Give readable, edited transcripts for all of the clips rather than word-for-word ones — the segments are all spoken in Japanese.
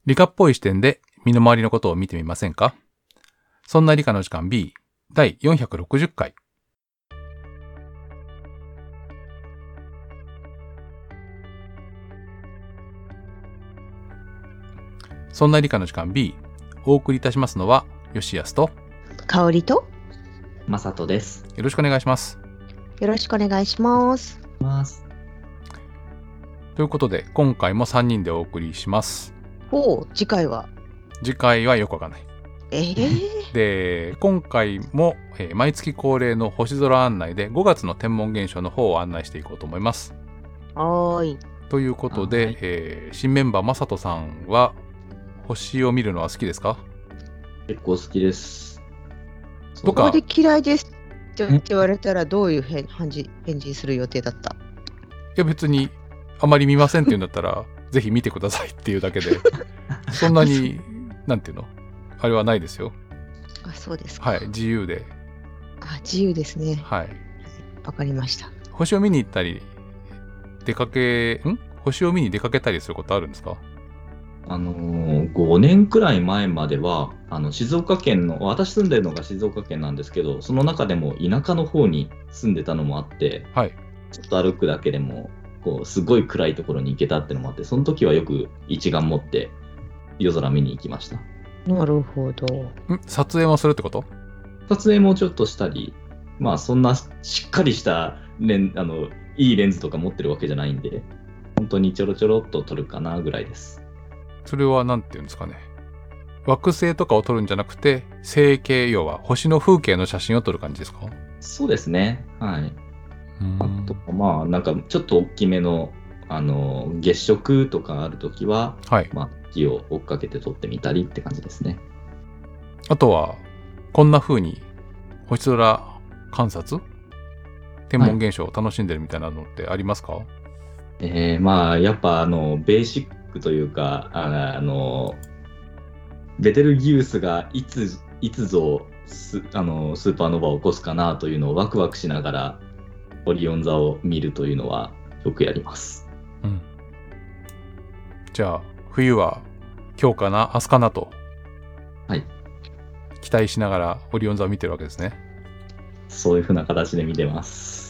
理科っぽい視点で身の回りのことを見てみませんか？そんな理科の時間 B 第460回。そんな理科の時間 B、お送りいたしますのは吉安と香りとまさとです。 よろしくお願いします。 よろしくお願いします。 ということで今回も3人でお送りします。 次回はよくわかんない。で今回も、毎月恒例の星空案内で5月の天文現象の方を案内していこうと思います。 はーい。 ということで、新メンバーまさとさんは星を見るのは好きですか？ 結構好きです。 そこで嫌いですって言われたらどういう返事する予定だった？ いや別にあまり見ませんって言うんだったらぜひ見てくださいっていうだけでそんなになんていうのあれはないですよ。 あ、そうですか。 はい、自由で。 自由ですね。 はい。 わかりました。 星を見に行ったり星を見に出かけたりすることあるんですか ？5年くらい前までは静岡県の、私住んでるのが静岡県なんですけど、その中でも田舎の方に住んでたのもあって、 はい、 ちょっと歩くだけでもこうすごい暗いところに行けたってのもあって、その時はよく一眼持って夜空見に行きました。 なるほど。 撮影もするってこと？ 撮影もちょっとしたり、まあそんなしっかりしたいいレンズとか持ってるわけじゃないんで、本当にちょろちょろっと撮るかなぐらいです。 それはなんていうんですかね、惑星とかを撮るんじゃなくて星系、要は星の風景の写真を撮る感じですか？ そうですね、はい。あとまあなんかちょっと大きめの月食とかあるときは、 はい、 月を追っかけて撮ってみたりって感じですね。 あとはこんな風に星空観察、天文現象を楽しんでるみたいなのってありますか？ まあやっぱベーシックというかベテルギウスがいつぞスーパーノヴァを起こすかなというのをワクワクしながらオリオン座を見るというのはよくやります。 じゃあ冬は今日かな明日かなと、 はい、 期待しながらオリオン座を見てるわけですね。 そういう風な形で見てます。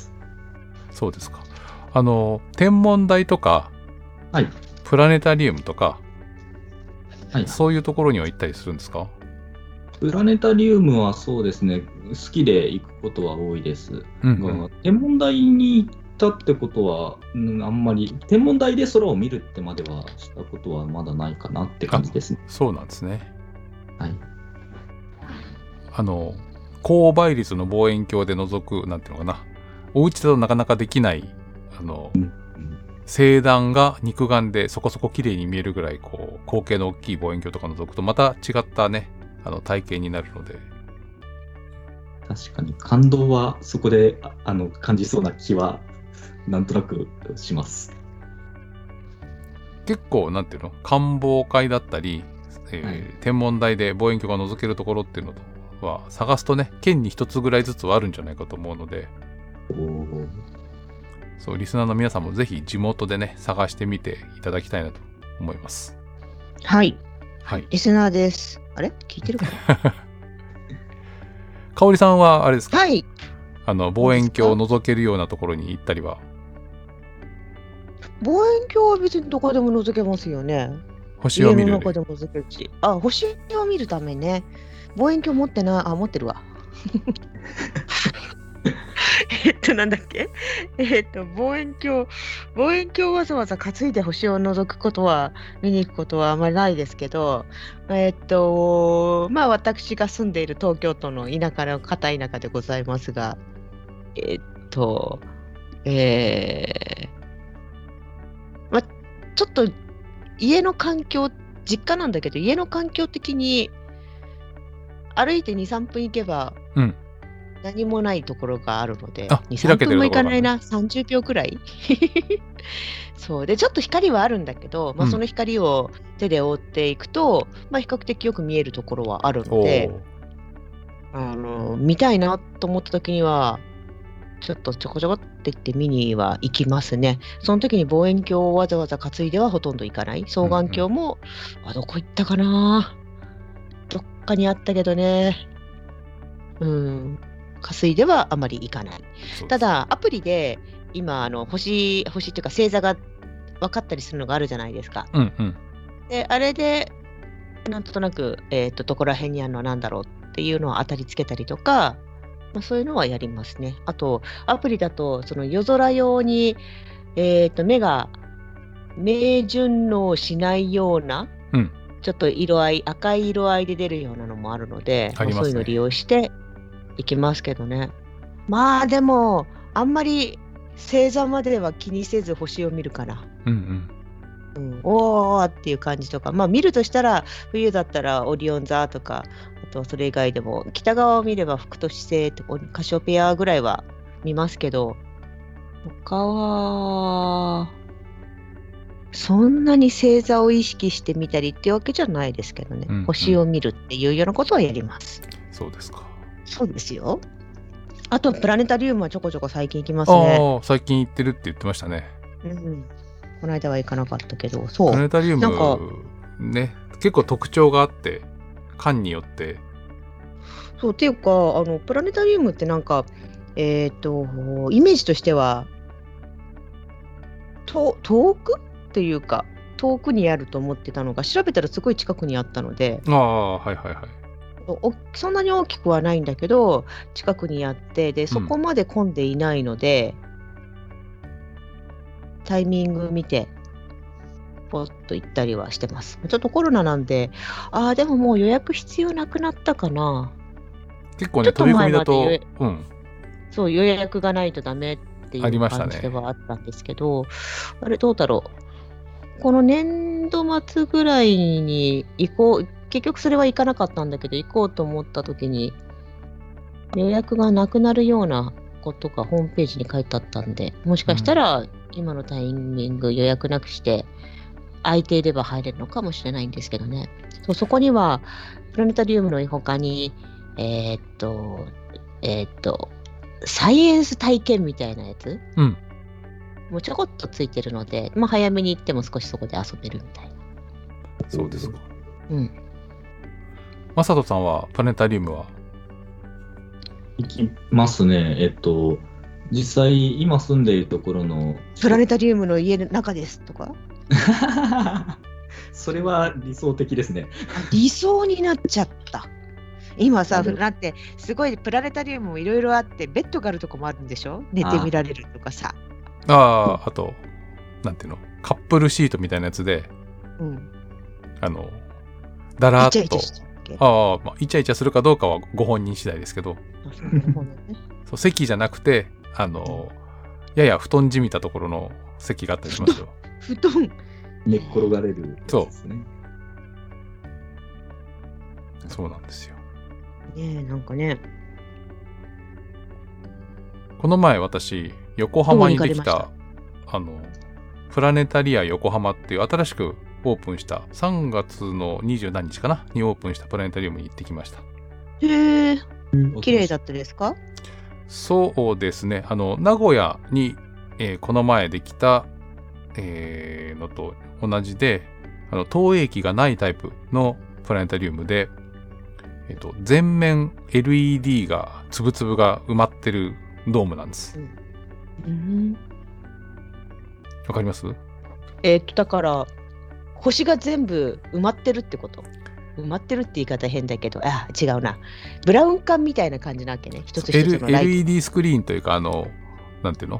そうですか。天文台とか、 はい、 プラネタリウムとか、 はい、 そういうところには行ったりするんですか？ プラネタリウムはそうですね、好きで行くことは多いです。天文台に行ったってことは、あんまり天文台で空を見るってまではしたことはまだないかなって感じですね。 そうなんですね。 はい。 高倍率の望遠鏡で覗く、なんていうのかな、お家だとなかなかできない星団が肉眼でそこそこ綺麗に見えるぐらいこう口径の大きい望遠鏡とか覗くとまた違ったね体験になるので、 確かに感動はそこで感じそうな気はなんとなくします。 結構なんていうの、観望会だったり、天文台で望遠鏡が覗けるところっていうのは探すとね、県に一つぐらいずつはあるんじゃないかと思うので、そうリスナーの皆さんもぜひ地元でね探してみていただきたいなと思います。 はい、 はい、 リスナーです。あれ聞いてるかな香織さんはあれですか？ はい、 望遠鏡を覗けるようなところに行ったりは？ 望遠鏡は別にどこでも覗けますよね。 星を見る、 家の中でも覗けるし、星を見るためね。望遠鏡持ってない、持ってるわなんだっけ望遠鏡わざわざ担いで星を覗くことは見に行くことはあまりないですけど、まあ私が住んでいる東京都の田舎の片田舎でございますが、まあちょっと家の環境、実家なんだけど家の環境的に歩いて 2,3 分行けば、何もないところがあるので、2、3分も行かないな、30秒くらいそうでちょっと光はあるんだけど、その光を手で覆っていくと、比較的よく見えるところはあるので、見たいなと思った時にはちょっとちょこちょこって言って見には行きますね。その時に望遠鏡をわざわざ担いではほとんど行かない。双眼鏡も、どこ行ったかな。どっかにあったけどね。担いではあまり行かない。ただアプリで今星っていうか星座が分かったりするのがあるじゃないですか。であれでなんとなく、どこら辺にあるのは何だろうっていうのを当たりつけたりとか、そういうのはやりますね。あとアプリだとその夜空用に、目が明順応しないような、ちょっと色合い赤い色合いで出るようなのもあるので、そういうのを利用していきますけどね。まあでもあんまり星座までは気にせず星を見るかな。おーっていう感じとか、見るとしたら冬だったらオリオン座とか、あとそれ以外でも北側を見れば北斗七星とかカシオペアぐらいは見ますけど、他はそんなに星座を意識してみたりっていうわけじゃないですけどね、星を見るっていうようなことはやります。 そうですか。 そうですよ。あとプラネタリウムはちょこちょこ最近行きますね。 最近行ってるって言ってましたね。 この間は行かなかったけど、そう。 プラネタリウムね、結構特徴があって、館によって。 そうっていうかプラネタリウムってなんかイメージとしては遠くっていうか遠くにあると思ってたのが、調べたらすごい近くにあったので。そんなに大きくはないんだけど近くにあって、でそこまで混んでいないので、タイミング見てポッと行ったりはしてます。ちょっとコロナなんで、でももう予約必要なくなったかな。 結構ね、飛び込みだと、 そう予約がないとダメっていう感じではあったんですけど、あれどうだろう。この年度末ぐらいに行こう。結局それは行かなかったんだけど、行こうと思った時に予約がなくなるようなことがホームページに書いてあったんで、もしかしたら今のタイミング予約なくして空いていれば入れるのかもしれないんですけどね。そこにはプラネタリウムの他にサイエンス体験みたいなやつ、もうちょこっとついてるので、早めに行っても少しそこで遊べるみたいな。 そうですか。マサトさんはプラネタリウムは行きますね。実際今住んでいるところのプラネタリウムの家の中ですとかそれは理想的ですね。 理想になっちゃった。今さ、だってすごいプラネタリウムもいろいろあって、ベッドがあるとこもあるんでしょ。寝てみられるとかさ。 あとなんていうの、カップルシートみたいなやつで、だらっとイチャイチャするかどうかはご本人次第ですけど、そう席じゃなくてやや布団じみたところの席があったりしますよ。 布団寝っ転がれるやつですね。 そうなんですよ。 なんかね、 この前私横浜にできたプラネタリア横浜っていう新しくオープンした3月の20何日かなにオープンしたプラネタリウムに行ってきました。 綺麗だったですか？ そうですね。名古屋に、この前できた、のと同じで、投影機がないタイプのプラネタリウムで、全面 LED がつぶつぶが埋まってるドームなんです。わかります？ だから星が全部埋まってるってこと？埋まってるって言い方変だけど、違うな。ブラウン管みたいな感じなわけね。一つ一つのライト。 LED スクリーンというか、なんていうの？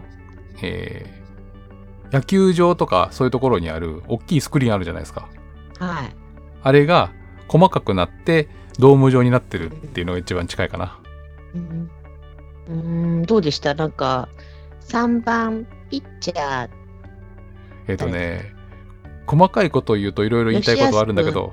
野球場とかそういうところにある大きいスクリーンあるじゃないですか。 はい。 あれが細かくなってドーム状になってるっていうのが一番近いかな。 どうでした？なんか3番ピッチャー。細かいことを言うといろいろ言いたいことはあるんだけど。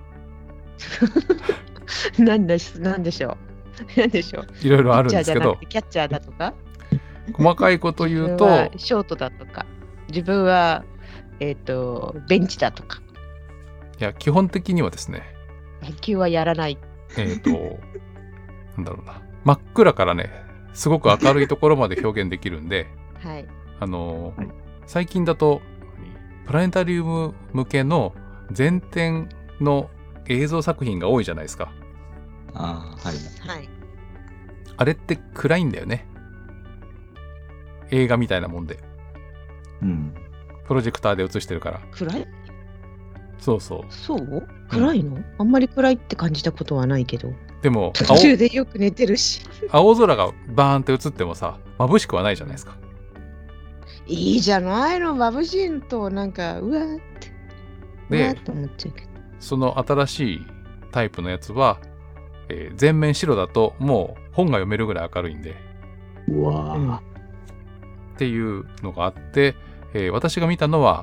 なんでしょう。 いろいろあるんですけど。 キャッチャーだとか。 細かいこと言うと。 ショートだとか。自分はベンチだとか。 いや基本的にはですね。 野球はやらない。 なんだろうな。真っ暗からねすごく明るいところまで表現できるんで、 はい。 最近だとプラネタリウム向けの全天の映像作品が多いじゃないですか。 はい。 はい。 あれって暗いんだよね。映画みたいなもんで。プロジェクターで映してるから。 暗い？ そうそう。 そう暗いの？あんまり暗いって感じたことはないけど。 でも途中でよく寝てるし。 青空がバーンって映ってもさ、眩しくはないじゃないですか。 いいじゃないの、眩しいのとなんかうわーって。 で、その新しいタイプのやつは、全面白だともう本が読めるぐらい明るいんで。 うわー。 っていうのがあって、私が見たのは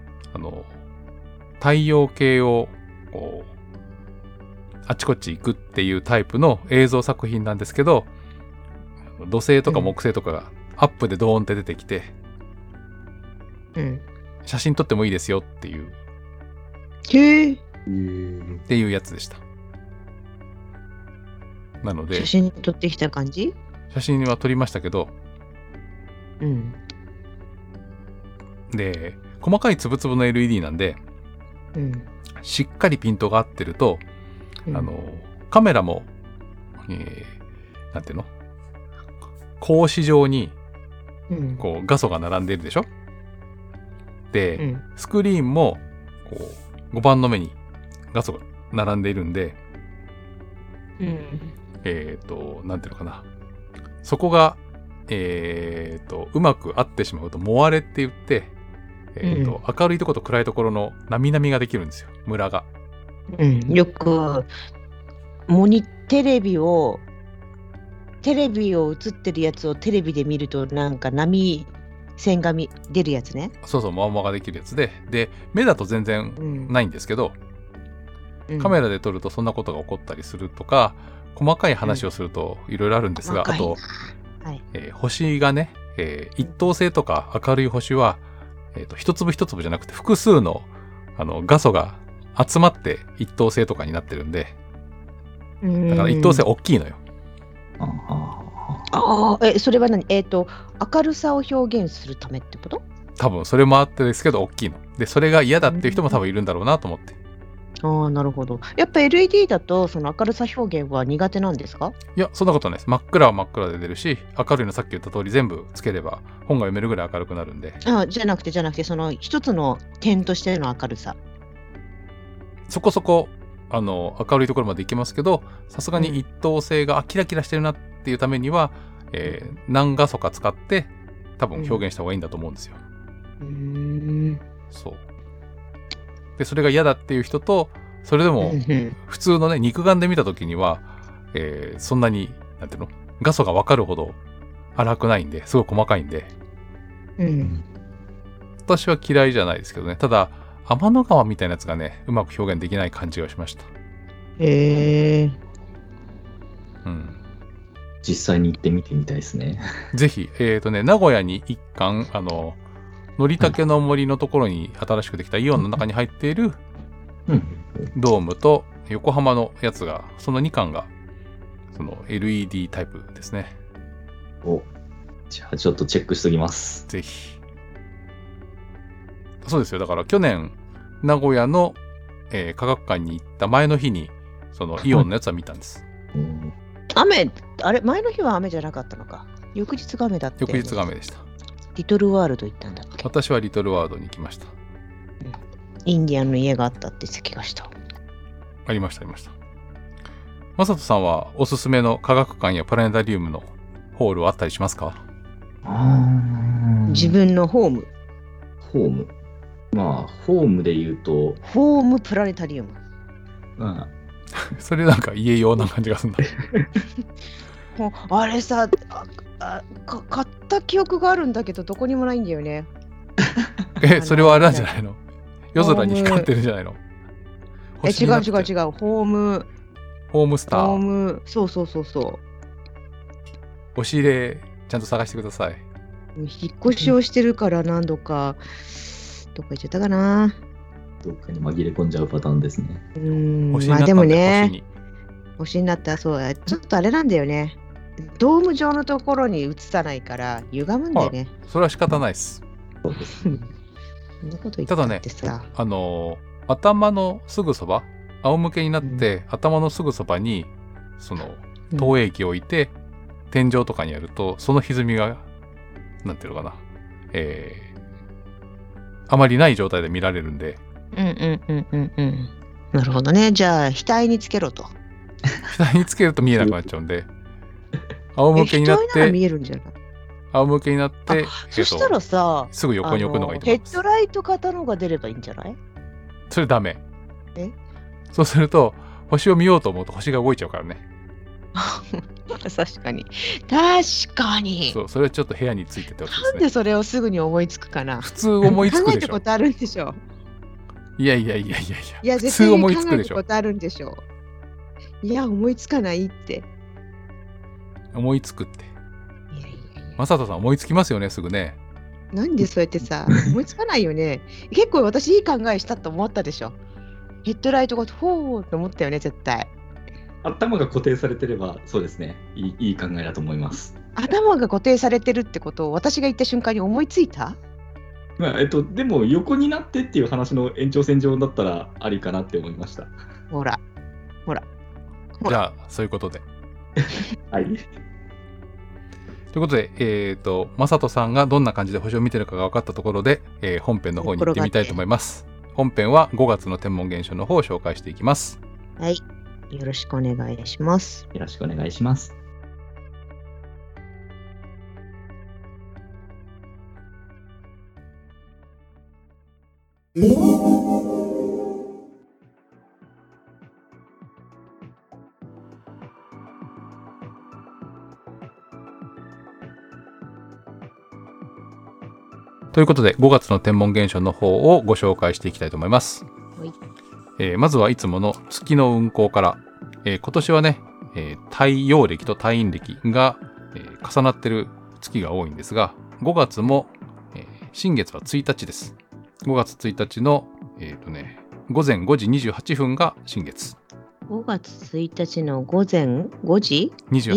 太陽系をこうあちこち行くっていうタイプの映像作品なんですけど、土星とか木星とかがアップでドーンって出てきて、写真撮ってもいいですよっていうっていうやつでした。なので写真撮ってきた感じ？ 写真は撮りましたけど、で細かいつぶつぶの LED なんで、しっかりピントが合ってると、カメラも、なんていうの、格子状にこう画素が並んでいるでしょ。で、スクリーンもこう5番の目に画素が並んでいるんで、なんていうのかな、そこがうまく合ってしまうとモアレって言って、明るいところと暗いところのなみなみができるんですよ、ムラが。 よくテレビを映ってるやつをテレビで見るとなんか波線が出るやつね。 そうそう、モアモアができるやつで、目だと全然ないんですけど、カメラで撮るとそんなことが起こったりするとか、細かい話をするといろいろあるんですが、あと、星がね、一等星とか明るい星は、一粒一粒じゃなくて複数の画素が集まって一等星とかになってるんで、だから一等星大きいのよ。 それは何？明るさを表現するためってこと？ 多分それもあってですけど大きいので、それが嫌だっていう人も多分いるんだろうなと思って。 なるほど。やっぱ LED だとその明るさ表現は苦手なんですか？ いや、そんなことないです。真っ暗は真っ暗で出るし、明るいのさっき言った通り全部つければ本が読めるぐらい明るくなるんで。 じゃなくてその一つの点としての明るさ。 そこそこ明るいところまで行けますけど、さすがに一等星がキラキラしてるなっていうためには、何画素か使って多分表現した方がいいんだと思うんですよ。そう。でそれが嫌だっていう人と、それでも普通のね肉眼で見た時には、そんなになんていうの、画素が分かるほど粗くないんで、すごい細かいんで、私は嫌いじゃないですけどね。ただ天の川みたいなやつがね、うまく表現できない感じがしました。 実際に行ってみてみたいですね。 ぜひ、名古屋に一館、のりたけの森のところに新しくできたイオンの中に入っているドームと横浜のやつが、その2館がその LED タイプですね。 じゃあちょっとチェックしときます。 ぜひ。そうですよ。だから去年名古屋の、科学館に行った前の日にそのイオンのやつは見たんです。 前の日は雨じゃなかったのか。翌日が雨だったよね。 翌日が雨でした。 リトルワールド行ったんだっけ？ 私はリトルワールドに行きました。 インディアンの家があったって気がした。 ありました。マサトさんはおすすめの科学館やプラネタリウムのホールはあったりしますか？ 自分のホーム。 まあホームで言うとホームプラネタリウム。 それなんか家用な感じがするんだ。 あれさ、買った記憶があるんだけどどこにもないんだよね。 それはあれなんじゃないの？夜空に光ってるんじゃないの？ 違う。ホームスター。そう。 押し入れちゃんと探してください。 引っ越しをしてるから何度かどっか行っちゃったかな。 どっかに紛れ込んじゃうパターンですね。 まあでもね、星になったらそうちょっとあれなんだよね。 ドーム状のところに映さないから歪むんでね。 それは仕方ないです。 そうです。 そんなこと言ったってさ。 ただね、頭のすぐそば、仰向けになって、頭のすぐそばにその投影機を置いて、天井とかにやるとその歪みがなんていうのかな、あまりない状態で見られるんで。 なるほどね。じゃあ額につけろと。 額につけると見えなくなっちゃうんで、仰向けになって。 額なら見えるんじゃない？ 仰向けになって、 そしたらさ、 すぐ横に置くのがいいと思います。 ヘッドライト型のが出ればいいんじゃない？ それダメ。そうすると星を見ようと思うと星が動いちゃうからね。 確かに。確かに。 そう、それはちょっと部屋についててほしいですね。 なんでそれをすぐに思いつくかな。 普通思いつくでしょ。 考えたことあるんでしょ。 いや、普通思いつくでしょ。 考えたことあるんでしょ。いや、思いつかないって。 思いつくって。マサトさん思いつきますよね、すぐね。 なんでそうやってさ、思いつかないよね。結構私いい考えしたと思ったでしょ。ヘッドライトがほーって思ったよね、絶対。 頭が固定されてれば、そうですね。いい考えだと思います。 頭が固定されてるってことを私が言った瞬間に思いついた？ でも横になってっていう話の延長線上だったらありかなって思いました。 ほら。 じゃあ、そういうことで。 はい。 ということで、マサトさんがどんな感じで星を見てるかが分かったところで、本編の方に行ってみたいと思います。本編は5月の天文現象の方を紹介していきます。 はい。よろしくお願いします。 よろしくお願いします。 ということで5月の天文現象の方をご紹介していきたいと思います。はい。まずはいつもの月の運行から、今年はね、太陽暦と太陰暦が、重なってる月が多いんですが、5月も、新月は1日です。5月1日の、午前5時28分が新月。 5月1日の午前5時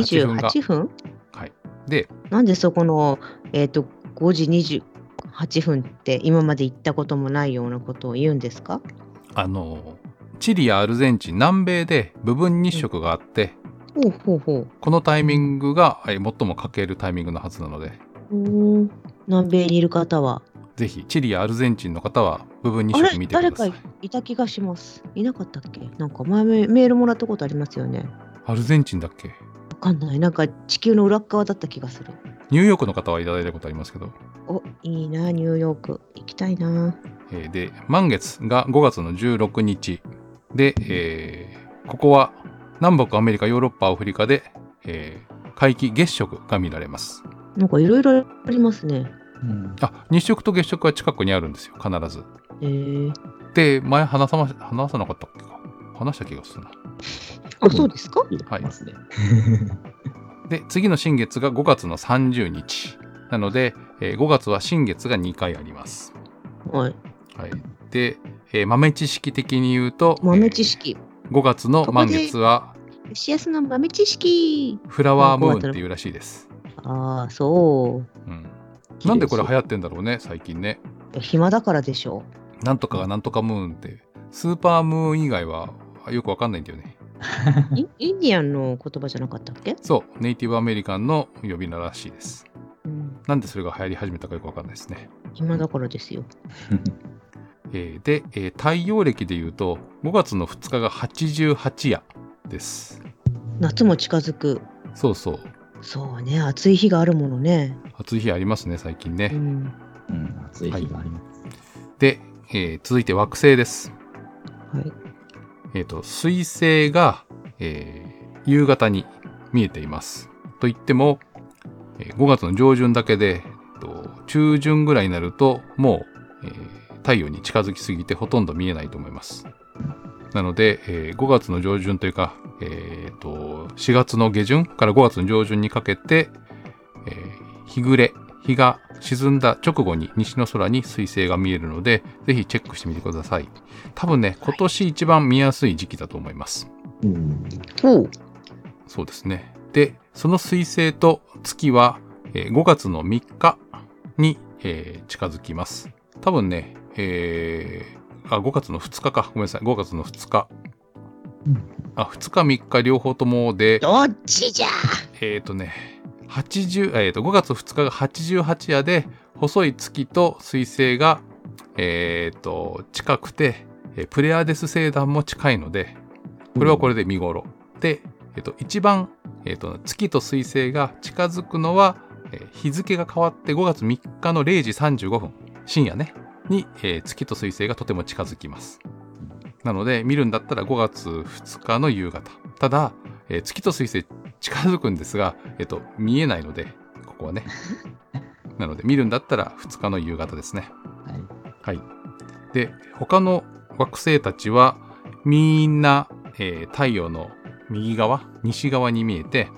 28分？ はい。で、 なんでそこの、5時28分って今まで言ったこともないようなことを言うんですか？ チリやアルゼンチン、南米で部分日食があって、このタイミングが最も欠けるタイミングのはずなので、 南米にいる方はぜひチリやアルゼンチンの方は部分日食見てください。 誰かいた気がします。いなかったっけ？なんか前メールもらったことありますよね。 アルゼンチンだっけ？ わかんない。なんか地球の裏側だった気がする。 ニューヨークの方はいただいたことありますけど。 いいな、ニューヨーク行きたいな。 で、満月が5月の16日で、ここは南北アメリカ、ヨーロッパ、アフリカで、皆既月食が見られます。 なんかいろいろありますね。 日食と月食は近くにあるんですよ、必ず。で、前話さなかったっけか。話した気がするな。 そうですか？ はい。で、次の新月が5月の30日。なので、5月は新月が2回あります。 はい。 で、豆知識的に言うと、 豆知識。 5月の満月は、 シアスの豆知識。 フラワームーンっていうらしいです。 そう。 なんでこれ流行ってんだろうね、最近ね。 暇だからでしょう。なんとかがなんとかムーンって、スーパームーン以外はよくわかんないんだよね。 インディアンの言葉じゃなかったっけ？ そう、ネイティブアメリカンの呼び名らしいです。なんでそれが流行り始めたかよくわかんないですね。 暇だからですよ。 で、太陽暦でいうと5月の2日が88夜です。 夏も近づく。 そうね、暑い日があるものね。 暑い日ありますね、最近ね。 暑い日があります。 で、続いて惑星です。水星が、夕方に見えています。といっても、5月の上旬だけで、中旬ぐらいになるともう、太陽に近づきすぎてほとんど見えないと思います。なので、5月の上旬というか、4月の下旬から5月の上旬にかけて、日暮れ、日が沈んだ直後に西の空に水星が見えるので、ぜひチェックしてみてください。多分ね、今年一番見やすい時期だと思います。 そうですね。で、 その水星と月は、5月の3日に、近づきます。多分ね、5月の2日か。ごめんなさい。5月の2日。2日3日両方ともで。 どっちじゃ 5月2日が88夜で、細い月と水星が、近くて、プレアデス星団も近いので、これはこれで見頃。で、一番、月と水星が近づくのは、日付が変わって5月3日の0時35分、深夜ね、に、月と水星がとても近づきます。なので、見るんだったら5月2日の夕方。ただ、月と水星近づくんですが、見えないので、ここはね。なので、見るんだったら2日の夕方ですね。はい。で、他の惑星たちは、みんな、太陽の右側、西側に見えて、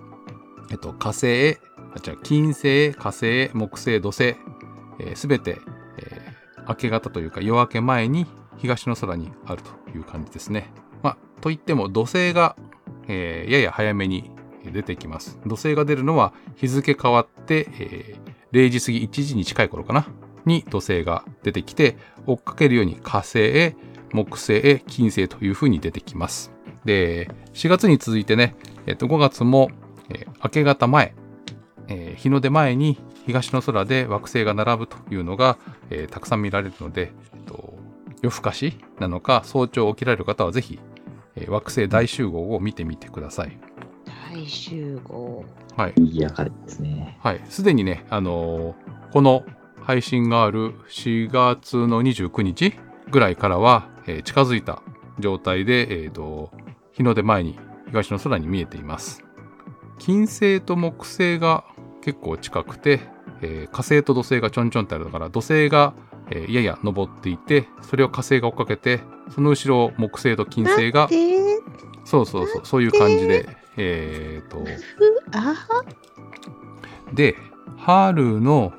金星、火星、木星、土星、すべて、明け方というか夜明け前に東の空にあるという感じですね。といっても土星が、やや早めに出てきます。土星が出るのは日付変わって、0時過ぎ1時に近い頃かなに土星が出てきて、追っかけるように火星、木星、金星という風に出てきます。で、4月に続いてね、5月も、明け方前、日の出前に東の空で惑星が並ぶというのが、たくさん見られるので、夜更かしなのか早朝起きられる方はぜひ、惑星大集合を見てみてください。 大集合。 はい。 賑やかですね。 はい。すでにね、この配信がある4月の29日ぐらいからは、近づいた状態で、日の出前に東の空に見えています。金星と木星が結構近くて、火星と土星がちょんちょんってあるから土星が、やや登っていて、それを火星が追っかけて、その後ろを木星と金星が、そういう感じで、で、春の、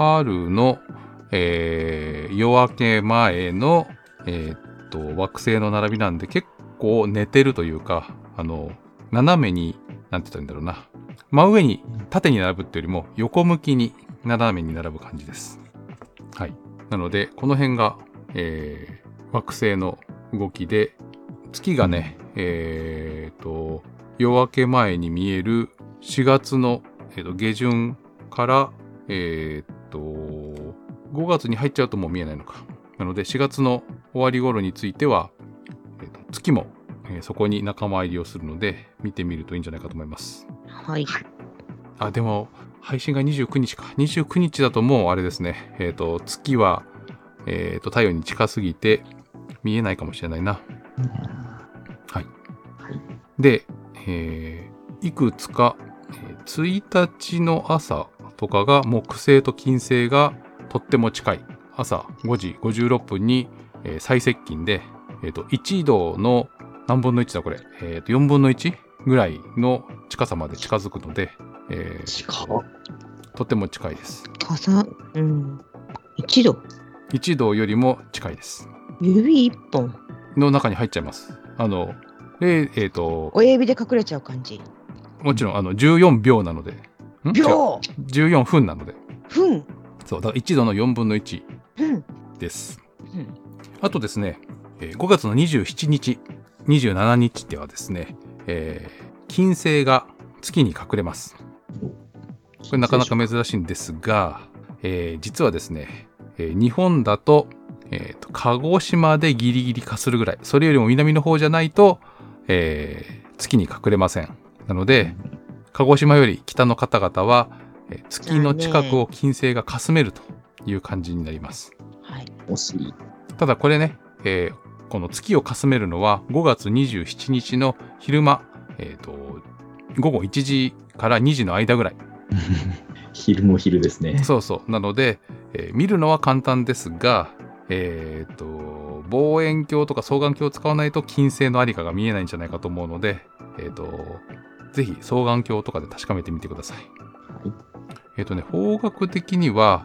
夜明け前の、惑星の並びなんで結構寝てるというか、斜めに、なんて言ったらいいんだろうな。真上に縦に並ぶっていうよりも横向きに斜めに並ぶ感じです。はい。なので、この辺が、惑星の動きで、月がね、夜明け前に見える4月の、下旬から、5月に入っちゃうともう見えないのか。なので、4月の終わり頃については、月も、そこに仲間入りをするので、見てみるといいんじゃないかと思います。 はい。 でも、配信が29日か。29日だともうあれですね。月は、太陽に近すぎて見えないかもしれないな。はい。で、いくつか、1日の朝とかが木星と金星がとっても近い。朝5時56分に、最接近で、1度の何分の1だこれ、4分の1ぐらいの近さまで近づくので、とても近いです。 1度 ?1 度よりも近いです。 指1本の中に入っちゃいます。 親指で隠れちゃう感じ。 もちろん14秒なので。14分なので。そう、だから1度の4分の1です。あとですね、5月の27日、27日ではですね、金星が月に隠れます。これなかなか珍しいんですが、実はですね、日本だと、鹿児島でギリギリかするぐらい、それよりも南の方じゃないと、月に隠れません。なので、鹿児島より北の方々は、月の近くを金星がかすめるという感じになります。 はい。 ただこれね、この月をかすめるのは5月27日の昼間、午後1時から2時の間ぐらい。 昼も昼ですね。 そうそう。なので、見るのは簡単ですが、望遠鏡とか双眼鏡を使わないと金星のありかが見えないんじゃないかと思うので、ぜひ双眼鏡とかで確かめてみてください。方角的には、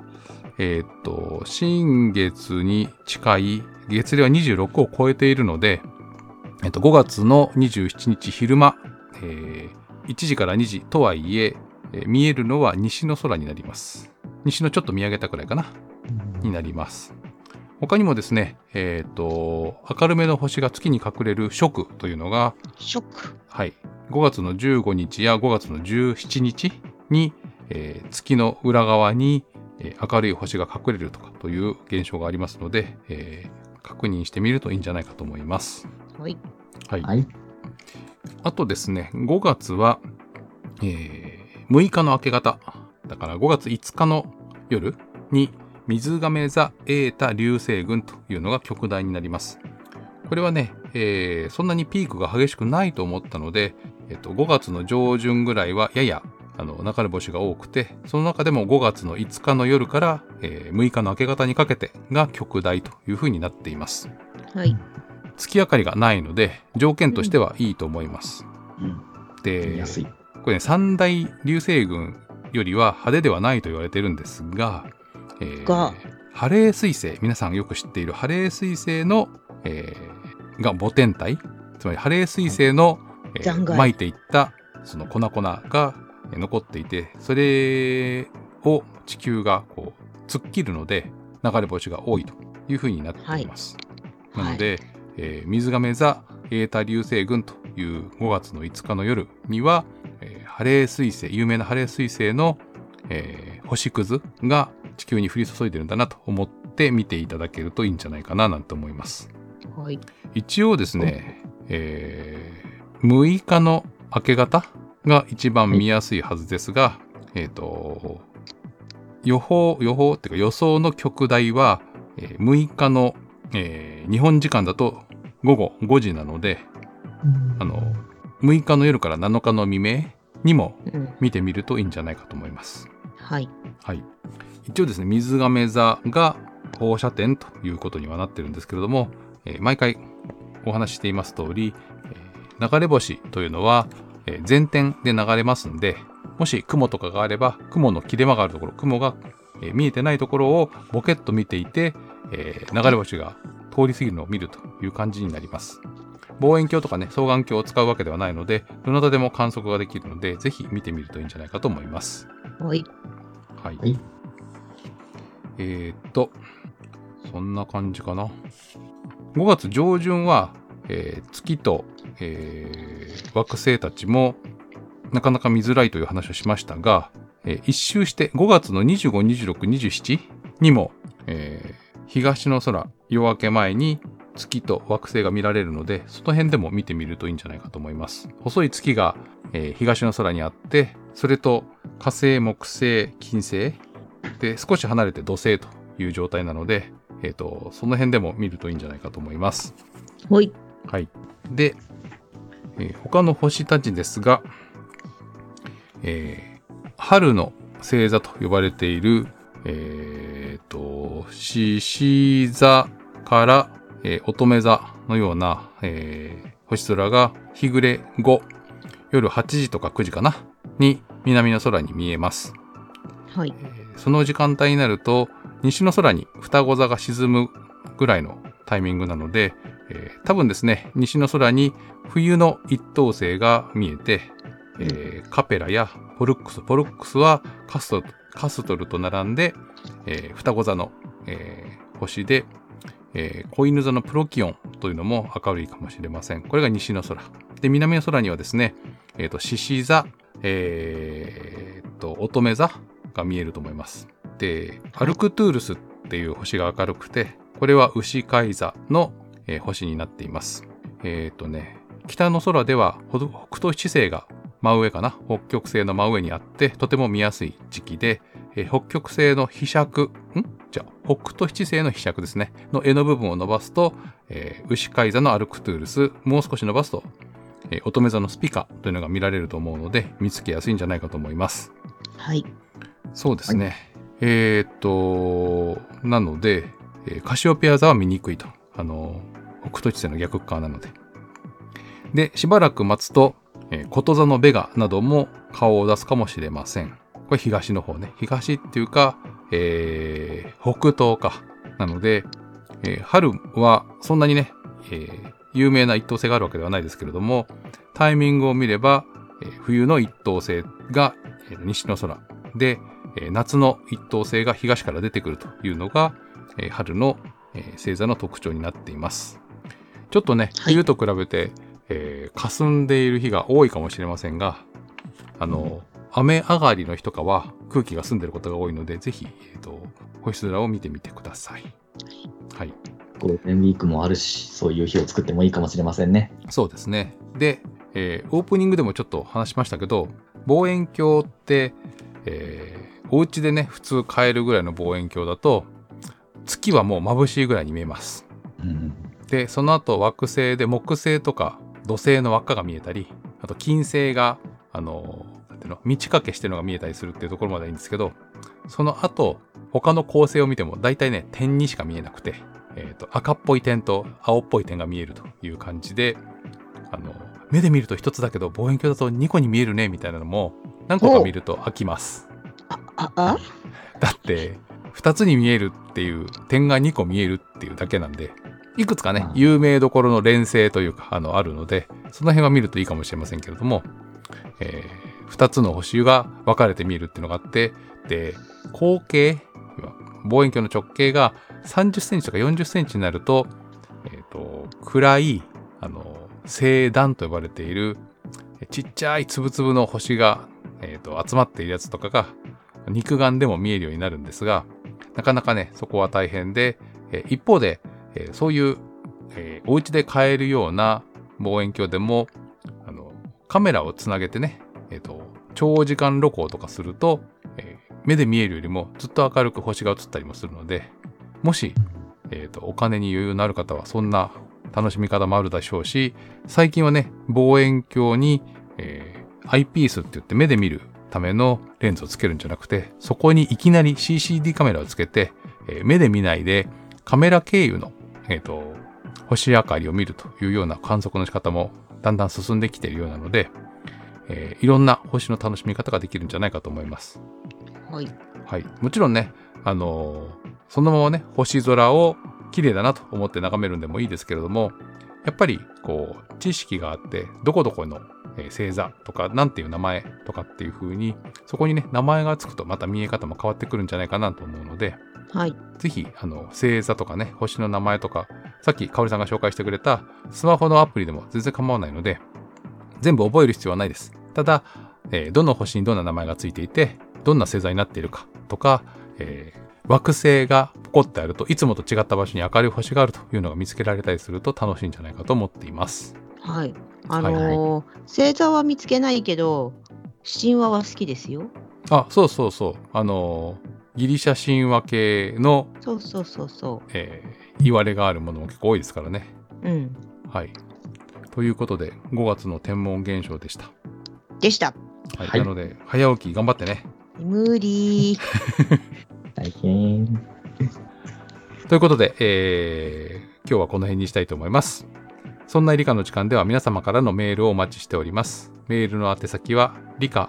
新月に近い月齢は26を超えているので、5月の27日昼間、 1時から2時とはいえ、見えるのは西の空になります。西のちょっと見上げたくらいかな、になります。他にもですね、明るめの星が月に隠れる食というのが、はい、5月の15日や5月の17日に、月の裏側に、明るい星が隠れるとかという現象がありますので、確認してみるといいんじゃないかと思います。 はい。 はい。あとですね、5月は、6日の明け方、だから5月5日の夜に水亀座エータ流星群というのが極大になります。これはね、そんなにピークが激しくないと思ったので、5月の上旬ぐらいはやや流れ星が多くて、その中でも5月の5日の夜から、6日の明け方にかけてが極大というふうになっています。 はい。 月明かりがないので条件としてはいいと思います。で、これね、三大流星群よりは派手ではないと言われているんですが、ハレー彗星、皆さんよく知っているハレー彗星の、が母天体、つまりハレー彗星の、撒いていったその粉々が残っていて、それを地球がこう突っ切るので流れ星が多いというふうになっています。はい、なので、水亀座エータ流星群という5月の5日の夜には、ハレー彗星、有名なハレー彗星の、星屑が地球に降り注いでるんだなと思って見ていただけるといいんじゃないかななんて思います。 はい、 一応ですね、6日の明け方が一番見やすいはずですが、予報っていうか予想の極大は、6日の、日本時間だと午後5時なので、6日の夜から7日の未明にも見てみるといいんじゃないかと思います。 はい。 はい。一応ですね、水亀座が放射点ということにはなってるんですけれども、毎回お話ししています通り、流れ星というのは前転で流れますんで、もし雲とかがあれば、雲の切れ間があるところ、雲が見えてないところをボケッと見ていて、流れ星が通り過ぎるのを見るという感じになります。望遠鏡とかね、双眼鏡を使うわけではないので、どなたでも観測ができるので、ぜひ見てみるといいんじゃないかと思います。 はい。 はい。そんな感じかな。5月上旬は、月と、惑星たちもなかなか見づらいという話をしましたが、一周して5月の25、26、27にも、東の空、夜明け前に月と惑星が見られるので、その辺でも見てみるといいんじゃないかと思います。細い月が、東の空にあって、それと火星、木星、金星で少し離れて土星という状態なので、その辺でも見るといいんじゃないかと思います。 はい。 はい。で、他の星たちですが、春の星座と呼ばれている、獅子座から、乙女座のような、星空が日暮れ後、夜8時とか9時かなに南の空に見えます。 はい。 その時間帯になると西の空に双子座が沈むぐらいのタイミングなので、多分ですね、西の空に冬の一等星が見えて、カペラやポルックスはカストルと並んで、双子座の、星で、子犬座のプロキオンというのも明るいかもしれません。これが西の空で、南の空にはですね、獅子座、乙女座が見えると思います。で、アルクトゥールスっていう星が明るくて、これは牛飼い座の、星になっています。北の空では北斗七星が真上かな、北極星の真上にあってとても見やすい時期で、北極星の北斗七星の飛尺ですねの柄の部分を伸ばすと、牛飼い座のアルクトゥールス、もう少し伸ばすと、乙女座のスピカというのが見られると思うので、見つけやすいんじゃないかと思います。 はい。 そうですね。はい、なので、カシオペア座は見にくいと。北斗七星の逆側なので。で、しばらく待つと、こと座のベガなども顔を出すかもしれません。これ東の方ね。東っていうか、北東か。なので、春はそんなにね、有名な一等星があるわけではないですけれども、タイミングを見れば、 冬の一等星が西の空で、夏の一等星が東から出てくるというのが、春の星座の特徴になっています。ちょっとね、冬と比べて、霞んでいる日が多いかもしれませんが、雨上がりの日とかは空気が澄んでいることが多いので、ぜひ、星空を見てみてください。はい。 ゴールデンウィークもあるし、そういう日を作ってもいいかもしれませんね。 そうですね。で、オープニングでもちょっと話しましたけど、望遠鏡って、お家でね、普通買えるぐらいの望遠鏡だと、月はもう眩しいぐらいに見えます。で、その後惑星で木星とか土星の輪っかが見えたり、あと金星が、満ち欠けしてるのが見えたりするっていうところまではいいんですけど、その後、他の恒星を見ても大体ね、点にしか見えなくて、赤っぽい点と青っぽい点が見えるという感じで、目で見ると一つだけど望遠鏡だと2個に見えるねみたいなのも何個か見ると飽きます。だって2つに見えるっていう点が2個見えるっていうだけなんで、いくつかね有名どころの連星というかあるので、その辺は見るといいかもしれませんけれども、2つの星が分かれて見えるっていうのがあって、で口径、望遠鏡の直径が30センチとか40センチになると、暗い星団と呼ばれているちっちゃいつぶつぶの星が、集まっているやつとかが肉眼でも見えるようになるんですが、なかなかねそこは大変で、一方で、そういう、お家で買えるような望遠鏡でもカメラをつなげてね、長時間露光とかすると、目で見えるよりもずっと明るく星が映ったりもするので、もし、お金に余裕のある方はそんな楽しみ方もあるでしょうし、最近はね望遠鏡に、アイピースって言って目で見るためのレンズをつけるんじゃなくて、そこにいきなり CCD カメラをつけて、目で見ないでカメラ経由の、星明かりを見るというような観測の仕方もだんだん進んできているようなので、いろんな星の楽しみ方ができるんじゃないかと思います。 はい。 はい。もちろんね、そのままね、星空を綺麗だなと思って眺めるんでもいいですけれども、やっぱりこう知識があって、どこどこの星座とかなんていう名前とかっていう風に、そこにね名前がつくとまた見え方も変わってくるんじゃないかなと思うので、 はい。 ぜひ星座とかね、星の名前とか、さっき香織さんが紹介してくれたスマホのアプリでも全然構わないので、全部覚える必要はないです。ただ、どの星にどんな名前がついていて、どんな星座になっているかとか、惑星がポコってあるといつもと違った場所に明るい星があるというのが見つけられたりすると楽しいんじゃないかと思っています。 はい。星座は見つけないけど神話は好きですよ。 あ、そうそうそう。ギリシャ神話系の言われがあるものも結構多いですからね。 うん。 はい。ということで5月の天文現象でした。はい。なので早起き頑張ってね。 無理。 大変。 ということで、今日はこの辺にしたいと思います。そんな理科の時間では皆様からのメールをお待ちしております。メールの宛先は理科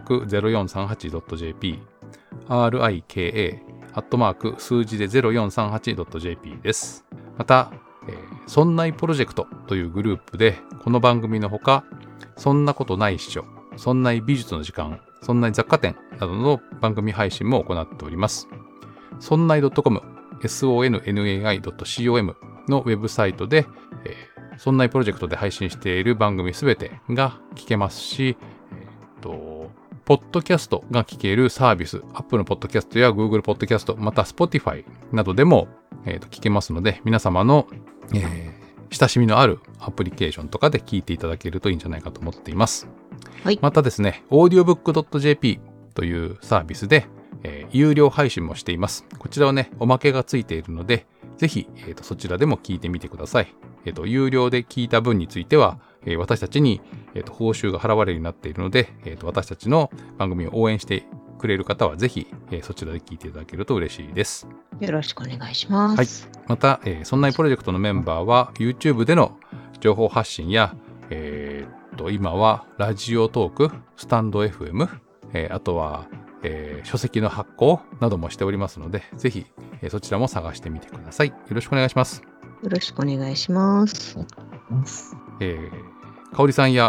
@0438.jp、rika@ 数字で 0438.jp です。また、そんないプロジェクトというグループでこの番組のほか、そんなことないっしょ、そんない美術の時間、そんない雑貨店などの番組配信も行っております。そんない .com、sonnai.com のウェブサイトで、そんないプロジェクトで配信している番組すべてが聞けますし、ポッドキャストが聞けるサービス、Apple のポッドキャストや Google ポッドキャスト、また Spotify などでも、聞けますので、皆様の、親しみのあるアプリケーションとかで聞いていただけるといいんじゃないかと思っています。 はい、 またですね、audiobook.jp というサービスで、有料配信もしています。こちらはね、おまけがついているので、ぜひ、そちらでも聞いてみてください。有料で聞いた分については、私たちに、報酬が払われるようになっているので、私たちの番組を応援してくれる方はぜひ、そちらで聞いていただけると嬉しいです。 よろしくお願いします。 はい。また、そんないプロジェクトのメンバーは YouTube での情報発信や、今はラジオトーク、スタンド FM、あとは、書籍の発行などもしておりますので、ぜひ、そちらも探してみてください。よろしくお願いします。 よろしくお願いします。 香織さんや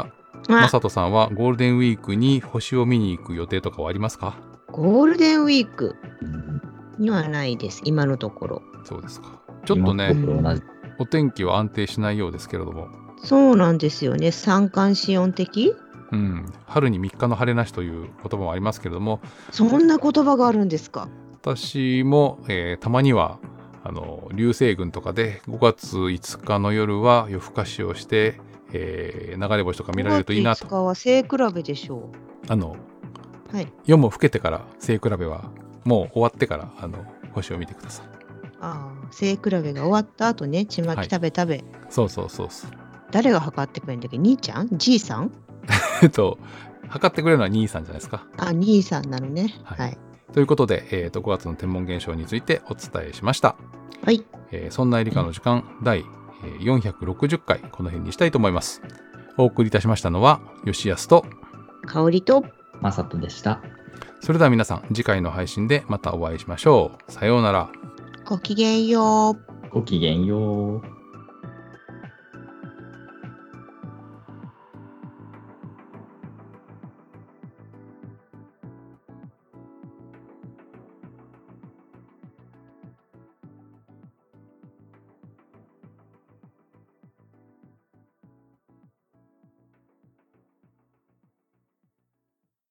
まさとさんはゴールデンウィークに星を見に行く予定とかはありますか？ ゴールデンウィークにはないです、今のところ。 そうですか。ちょっとね、お天気は安定しないようですけれども。 そうなんですよね。三寒四温的？ 春に3日の晴れなしという言葉もありますけれども。 そんな言葉があるんですか？ 私も、たまには流星群とかで5月5日の夜は夜更かしをして、流れ星とか見られるといいなと。 5月5日は背比べでしょう。はい、夜も更けてから背比べはもう終わってから星を見てください。 背比べが終わった後ね、ちまき食べ、はい、 そう。 誰が測ってくれるんだっけ？兄ちゃん？じいさん？ 測ってくれるのは兄さんじゃないですか。 兄さんなのね。はい。 ということで、5月の天文現象についてお伝えしました。 はい。 そんなエリカの時間、第460回、この辺にしたいと思います。お送りいたしましたのは、吉安と、 香りと、 まさとでした。 それでは皆さん、次回の配信でまたお会いしましょう。さようなら。 ごきげんよう。 ごきげんよう。